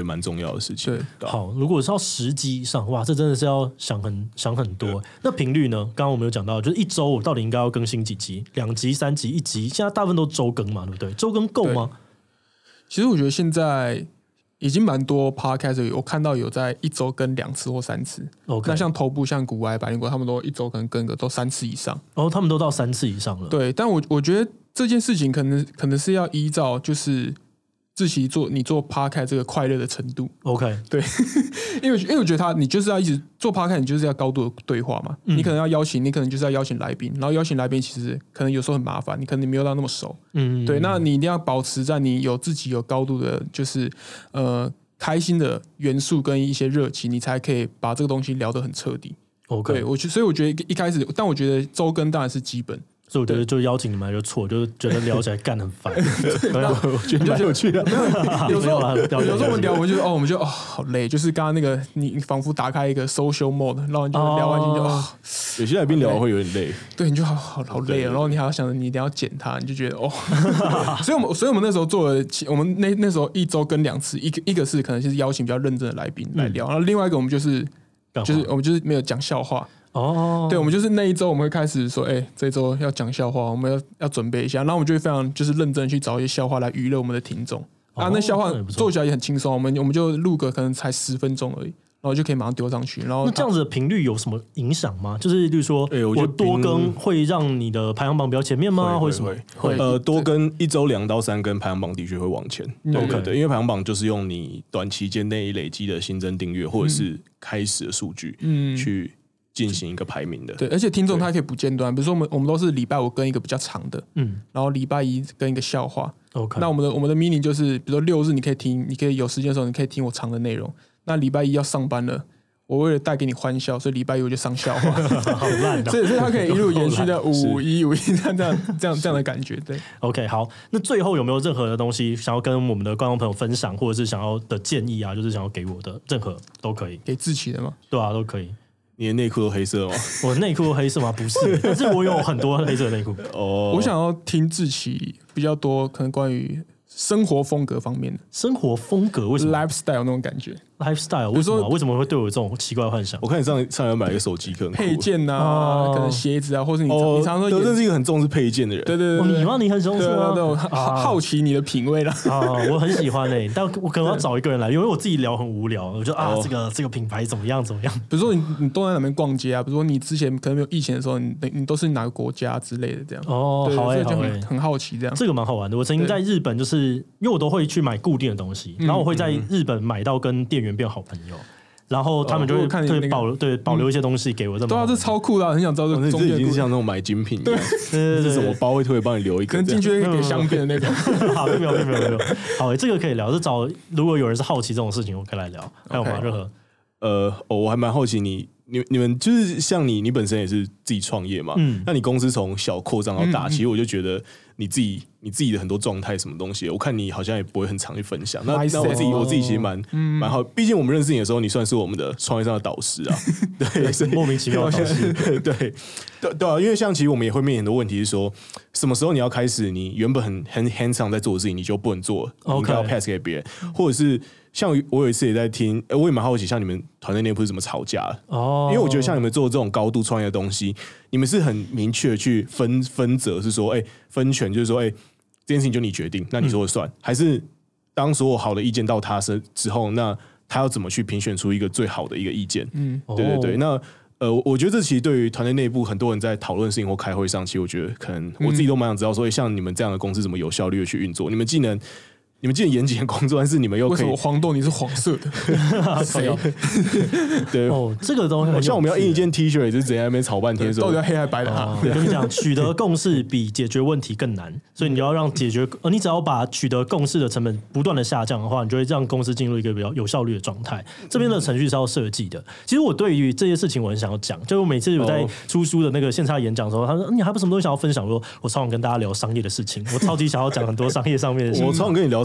要的事情。 对， 好，如果是要10集以上，哇，这真的是要想很多。那频率呢？刚刚我们有讲到，就是一周我到底应该要更新几集？2集、3集、1集？现在大部分都周更嘛，对不对？周更够吗？ 其实我觉得现在已经蛮多 podcast， 我看到有在1周更2次或3次。那像头部、像股癌、百灵果，他们都1周可能更个都3次以上。 他们都到3次以上了。 对，但我觉得这件事情可能是要依照就是志祺你做 podcast 这个快乐的程度。 OK， 对，因为我觉得你就是要一直做 podcast， 你就是要高度的对话嘛。你可能你可能就是要邀请来宾，然后邀请来宾其实可能有时候很麻烦，你可能没有到那么熟。对，那你一定要保持在你自己有高度的，就是开心的元素跟一些热情，你才可以把这个东西聊得很彻底。 OK， 对，所以我觉得一开始，但我觉得周更当然是基本。 所以我觉得就邀请你们来就错，就是觉得聊起来干很烦。 我觉得蛮有趣的。 有时候我们聊，我们就好累，就是刚刚那个你仿佛打开一个 social mode， 然后你就聊完就有些来宾聊会有点累， 对，你就好累啊，然后你还要想着你一定要剪它，你就觉得所以我们那时候做了，我们那时候1周更2次，一个是可能就是邀请比较认真的来宾来聊，然后另外一个我们就是我们就是没有讲笑话。对，我们就是那1周我们会开始说，这一周要讲笑话，我们要准备一下，然后我们就会非常就是认真去找一些笑话来娱乐我们的听众那笑话做起来也很轻松，我们就录个可能才10分钟而已，然后就可以马上丢上去。然后那这样子的频率有什么影响吗？就是例如说，我多更会让你的排行榜比较前面吗？或者什么？ 多更1周2到3更，排行榜的确会往前。对，因为排行榜就是用你短期间内累积的新增订阅或者是开始的数据去进行一个排名的。 对，而且听众他可以不间断，比如说我们都是礼拜5更一个比较长的，然后礼拜1更一个笑话。那我们的 meaning 就是，比如说6日你可以听，你可以有时间的时候你可以听我长的内容。那礼拜1要上班了，我为了带给你欢笑，所以礼拜1我就上笑话。 好烂的， 所以它可以一路延续到551这样的感觉。对 ，OK， 好。那最后有没有任何的东西想要跟我们的观众朋友分享，或者是想要的建议啊？就是想要给我的，任何都可以。 给志祺的吗？ 对啊，都可以。 你的内裤都黑色吗？ 我内裤都黑色吗？不是，但是我有很多黑色的内裤。 我想要听志祺比较多，可能关于生活风格方面的。 生活风格为什么 ？lifestyle 那种感觉。 lifestyle 为什么？为什么会对我有这种奇怪的幻想？ 我看你上来买一个手机，可能配件啊，可能鞋子啊，或是你常说， 这是一个很重视配件的人。 对， 你吗？你很重视吗？ 好奇你的品味啦。 我很喜欢但我可能要找一个人来，因为我自己聊很无聊，我就这个品牌怎么样？ 比如说你都在哪边逛街啊？比如说你之前可能没有疫情的时候，你都是哪个国家之类的这样。 好就很好奇这样。 这个蛮好玩的。我曾经在日本，就是因为我都会去买固定的东西，然后我会在日本买到跟店员变好朋友。然后他们就会保留一些东西给我， 对啊，这超酷的，很想知道这已经像那种买精品一样，是什么包会特别帮你留一个， 跟进去会给香槟的那种。 好，没有。好，这个可以聊，就找如果有人是好奇这种事情，我可以来聊。还有吗？任何？ 我还蛮好奇你们就是像你本身也是自己创业嘛，那你公司从小扩张到大，其实我就觉得你自己的很多状态什么东西，我看你好像也不会很常去分享。那我自己其实蛮好，毕竟我们认识你的时候，你算是我们的创业上的导师啊，对， 莫名其妙的导师， 对啊，因为像其实我们也会面临很多问题，是说什么时候你要开始你原本很 hands on 在做的事情，你就不能做，你应该要 pass 给别人，或者是像我有一次也在听，我也蛮好奇，像你们团队内部是怎么吵架的因为我觉得像你们做这种高度创业的东西，你们是很明确的去分责，是说分权，就是说这件事情就你决定，那你说了算，还是当所有好的意见到他身之后，那他要怎么去评选出一个最好的一个意见？对，那我觉得这其实对于团队内部很多人在讨论事情或开会上，其实我觉得可能我自己都蛮想知道说，像你们这样的公司怎么有效率的去运作？你们既然严谨的工作，但是你们又可以。 为什么黄豆你是黄色的？谁？ 对这个东西像我们要印一件 T 恤，也是直接在那边吵半天， 到底要黑还白的？ 我跟你讲，取得共识比解决问题更难，所以你要让你只要把取得共识的成本不断的下降的话，你就会让公司进入一个比较有效率的状态。这边的程序是要设计的。其实我对于这些事情我很想要讲，就是我每次有在出书的那个线下演讲的时候，他说你还有什么东西想要分享？我超想跟大家聊商业的事情，我超级想要讲很多商业上面的事情。 我超想跟你聊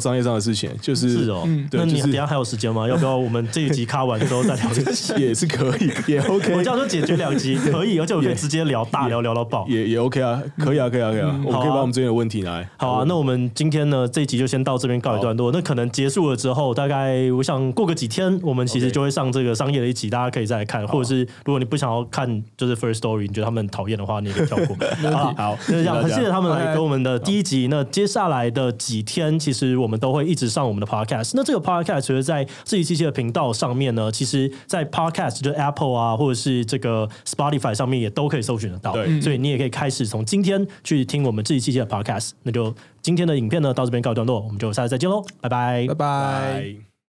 商业上的事情，就是哦，那你等一下还有时间吗？要不要我们这一集卡完之后再聊这个？ 也是可以，也 OK。 我这样就解决2集，可以，而且我可以直接大聊到爆， 也 OK 啊，可以啊，我们可以把我们这边的问题拿来。 好啊，那我们今天呢这一集就先到这边告一段落。那可能结束了之后，大概我想过个几天，我们其实就会上这个商业的一集，大家可以再来看，或者是如果你不想要看就是 First Story， 你觉得他们很讨厌的话，你也可以跳过。好，就这样，很谢谢他们来跟我们的第一集。那接下来的几天，其实我们都会一直上我们的 Podcast。那这个 Podcast 其实在志祺七七的频道上面呢，其实在 Podcast 就是 Apple 啊，或者是这个 Spotify 上面也都可以搜寻得到。所以你也可以开始从今天去听我们志祺七七的 Podcast。那就今天的影片呢，到这边告一段落，我们就下次再见喽，拜拜， 拜拜。